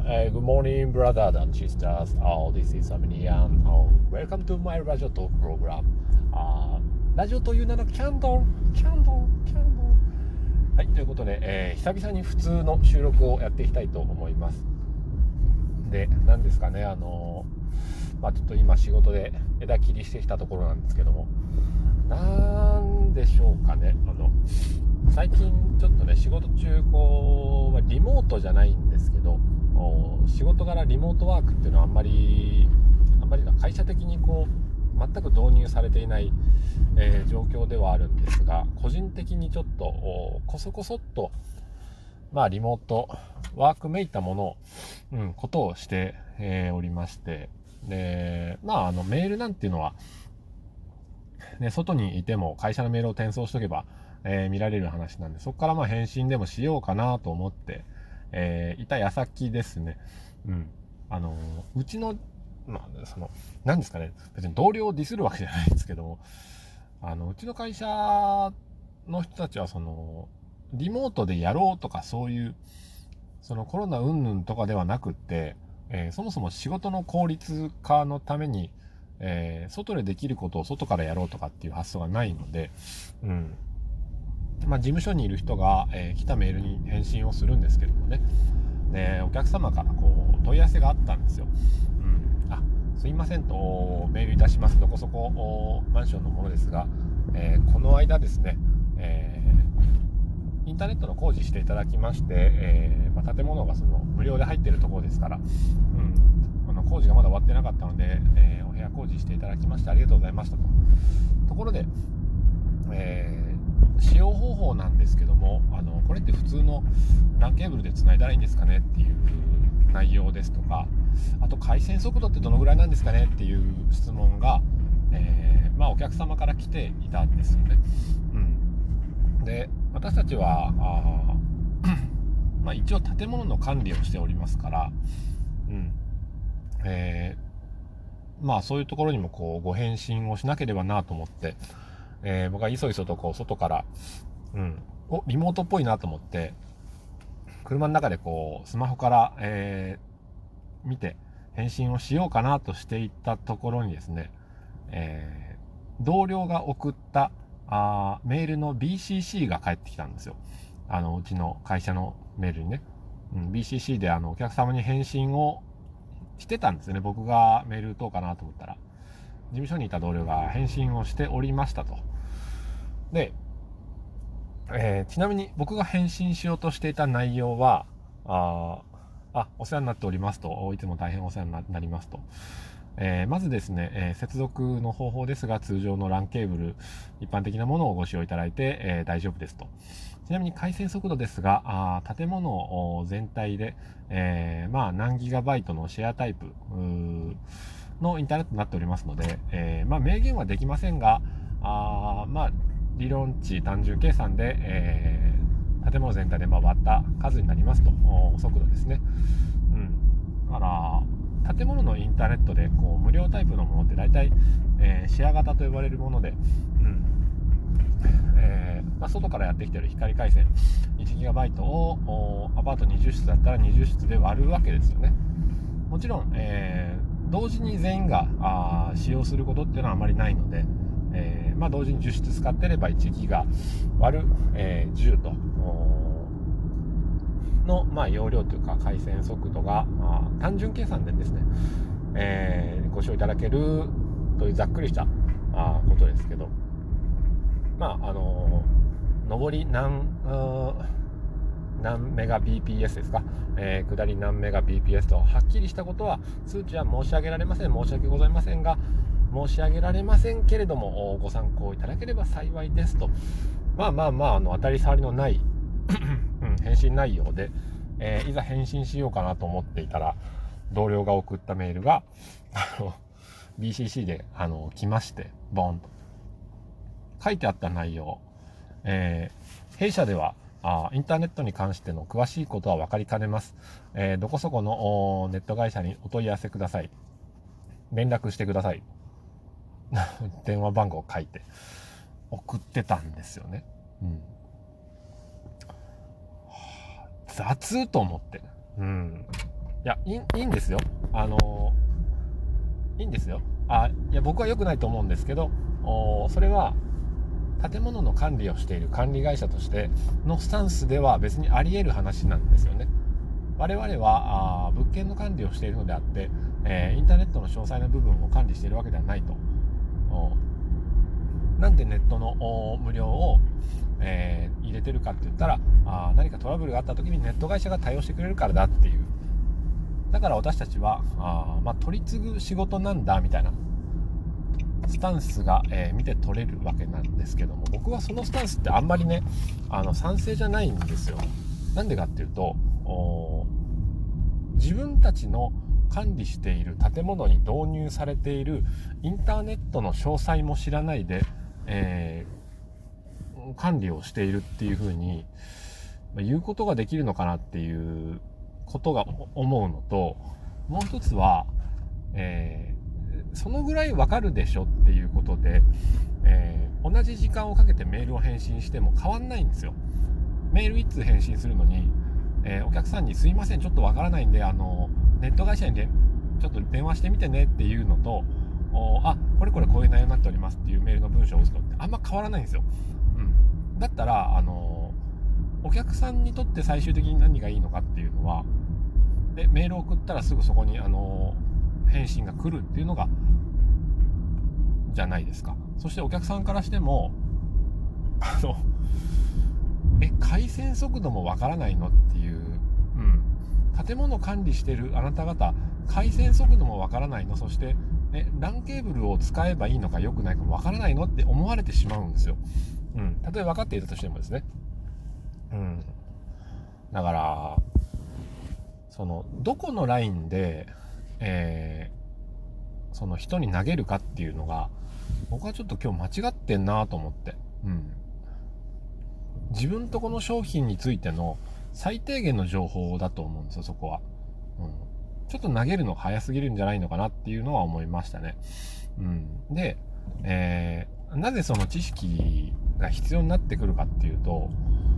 Good morning, brothers and sisters. This is Aminian. Welcome to my Radio Talk program. ラジオという名のキャンドル。はい、ということで、久々に普通の収録をやっていきたいと思います。で、何ですかね、ちょっと今仕事で枝切りしてきたところなんですけども、なんでしょうかね、最近ちょっとね、仕事中リモートじゃないんですけど、仕事柄リモートワークっていうのはあんまり会社的に全く導入されていない、状況ではあるんですが、個人的にちょっとこそっとリモートワークめいたものことをして、おりまして、でメールなんていうのは、ね、外にいても会社のメールを転送しとけば、見られる話なんで、そこから返信でもしようかなと思って、いた矢先ですね。うちの何ですかね、別に同僚をディスるわけじゃないんですけども、うちの会社の人たちはリモートでやろうとか、そういうコロナ云々とかではなくって、そもそも仕事の効率化のために、外でできることを外からやろうとかっていう発想がないので、事務所にいる人が、来たメールに返信をするんですけどもね、お客様から問い合わせがあったんですよ。すいませんと、メールいたします。どこそこマンションのものですが、この間ですね、インターネットの工事していただきまして、建物が無料で入っているところですから、工事がまだ終わってなかったので、お部屋工事していただきましてありがとうございましたところで、使用方法なんですけども、これって普通の LAN ケーブルでつないだらいいんですかねっていう内容ですとか、あと回線速度ってどのぐらいなんですかねっていう質問が、お客様から来ていたんですよね。で、私たちは一応建物の管理をしておりますから、そういうところにもご返信をしなければなと思って、僕はいそいそと外から、リモートっぽいなと思って車の中でスマホから、見て返信をしようかなとしていったところにですね、同僚が送ったメールの BCC が返ってきたんですよ。うちの会社のメールにね、BCC でお客様に返信をしてたんですよね。僕がメール打とうかなと思ったら、事務所にいた同僚が返信をしておりましたと。で、ちなみに僕が返信しようとしていた内容は、お世話になっておりますと、いつも大変お世話になりますと、まずですね、接続の方法ですが、通常の LAN ケーブル、一般的なものをご使用いただいて、大丈夫ですと。ちなみに回線速度ですが、建物全体で、何ギガバイトのシェアタイプのインターネットになっておりますので、明言はできませんが、理論値単純計算で、建物全体で回った数になりますと、速度ですね。だから建物のインターネットで無料タイプのものって大体、シェア型と呼ばれるもので、外からやってきている光回線 1GB をアパート20室だったら20室で割るわけですよね。もちろん、同時に全員が使用することっていうのはあまりないので、同時に10室使ってれば1ギガ割る、10との、容量というか回線速度が単純計算でですね、ご使用いただけるというざっくりしたことですけど、上り何メガ BPS ですか、下り何メガ BPS とはっきりしたことは数値は申し上げられません。申し訳ございませんが、申し上げられませんけれどもご参考いただければ幸いですと、当たり障りのない返信内容で、いざ返信しようかなと思っていたら、同僚が送ったメールがBCC で来まして、ボンと書いてあった内容、弊社ではインターネットに関しての詳しいことは分かりかねます。どこそこのネット会社にお問い合わせください。連絡してください。電話番号を書いて送ってたんですよね。雑と思って。 や、いいんですよ。いいんですよ。いや、僕は良くないと思うんですけど、それは建物の管理をしている管理会社としてのスタンスでは別にあり得る話なんですよね。我々は物件の管理をしているのであって、インターネットの詳細な部分を管理しているわけではないと。なんでネットの無料を、入れてるかって言ったら、何かトラブルがあった時にネット会社が対応してくれるからだっていう。だから私たちは取り継ぐ仕事なんだみたいなスタンスが、見て取れるわけなんですけども、僕はそのスタンスってあんまりね賛成じゃないんですよ。なんでかっていうと、自分たちの管理している建物に導入されているインターネットの詳細も知らないで、管理をしているっていう風に言うことができるのかなっていうことが思うのと、もう一つは、そのぐらいわかるでしょっていうことで、同じ時間をかけてメールを返信しても変わんないんですよ。メール1通返信するのに、お客さんにすいませんちょっとわからないんでネット会社にちょっと電話してみてねっていうのと、これこういう内容になっておりますっていうメールの文章を打つのってあんま変わらないんですよ。だったらお客さんにとって最終的に何がいいのかっていうのは、メールを送ったらすぐそこに返信が来るっていうのがじゃないですか。そしてお客さんからしても回線速度もわからないのっていう、建物管理してるあなた方回線速度もわからないの、そしてLAN ケーブルを使えばいいのか良くないかもわからないのって思われてしまうんですよ。たとえ分かっていたとしてもですね。だからどこのラインで、その人に投げるかっていうのが僕はちょっと今日間違ってんなと思って、自分とこの商品についての最低限の情報だと思うんですよ、そこは。ちょっと投げるの早すぎるんじゃないのかなっていうのは思いましたね。で、なぜその知識が必要になってくるかっていうと、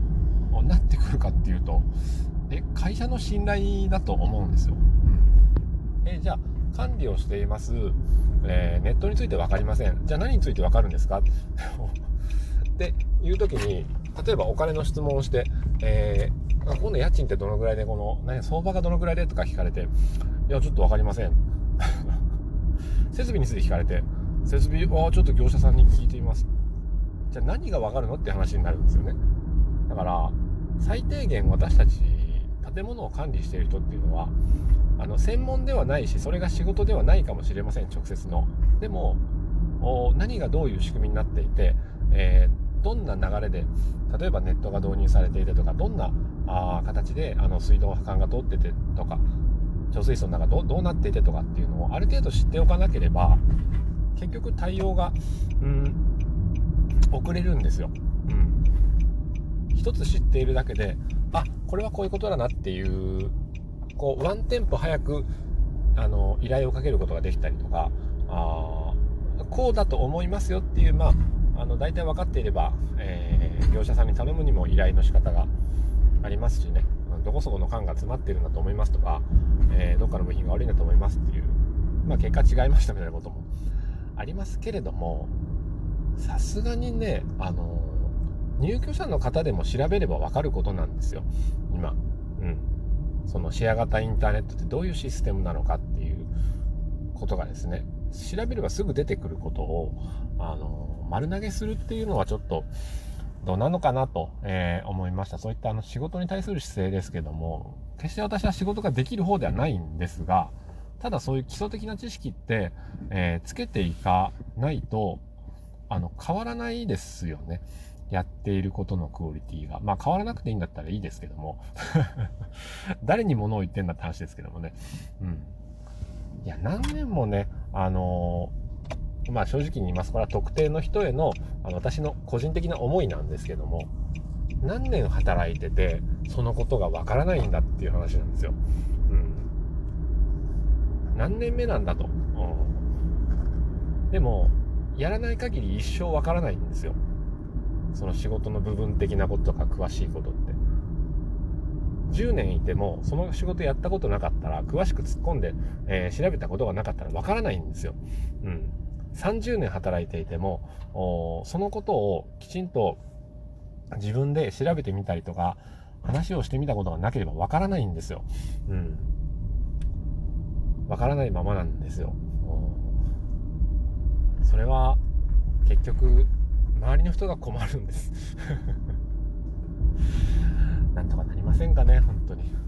会社の信頼だと思うんですよ。じゃあ管理をしています、ネットについて分かりません。じゃあ何について分かるんですかっていう時に、例えばお金の質問をして、今度家賃ってどのぐらいで相場がどのぐらいでとか聞かれて、いやちょっと分かりません設備について聞かれて、設備ちょっと業者さんに聞いてみます。じゃあ何が分かるのって話になるんですよね。だから最低限私たち建物を管理している人っていうのは専門ではないし、それが仕事ではないかもしれません、直接の。でも何がどういう仕組みになっていて、どんな流れで例えばネットが導入されていてとか、どんな形で水道管が通っててとか、貯水槽の中どうなっていてとかっていうのをある程度知っておかなければ結局対応が遅れるんですよ。一つ知っているだけでこれはこういうことだなっていうワンテンポ早く依頼をかけることができたりとか、こうだと思いますよっていう大体分かっていれば、業者さんに頼むにも依頼の仕方がありますしね、どこそこの管が詰まってるんだと思いますとか、どっかの部品が悪いんだと思いますっていう、結果違いましたみたいなこともありますけれども、さすがにね入居者の方でも調べれば分かることなんですよ今。そのシェア型インターネットってどういうシステムなのかっていうことがですね、調べればすぐ出てくることを丸投げするっていうのはちょっとどうなのかなと、思いました。そういった仕事に対する姿勢ですけども、決して私は仕事ができる方ではないんですが、ただそういう基礎的な知識って、つけていかないと変わらないですよね。やっていることのクオリティが変わらなくていいんだったらいいですけども誰に物を言ってんだって話ですけどもね。いや何年もね正直に言います。これは特定の人への私の個人的な思いなんですけども、何年働いててそのことがわからないんだっていう話なんですよ。何年目なんだと。でもやらない限り一生わからないんですよ。その仕事の部分的なこととか詳しいことって。 10年いてもその仕事やったことなかったら、詳しく突っ込んで、調べたことがなかったらわからないんですよ。30年働いていてもそのことをきちんと自分で調べてみたりとか話をしてみたことがなければわからないんですよ。わからないままなんですよ。それは結局周りの人が困るんですなんとかなりませんかね、本当に。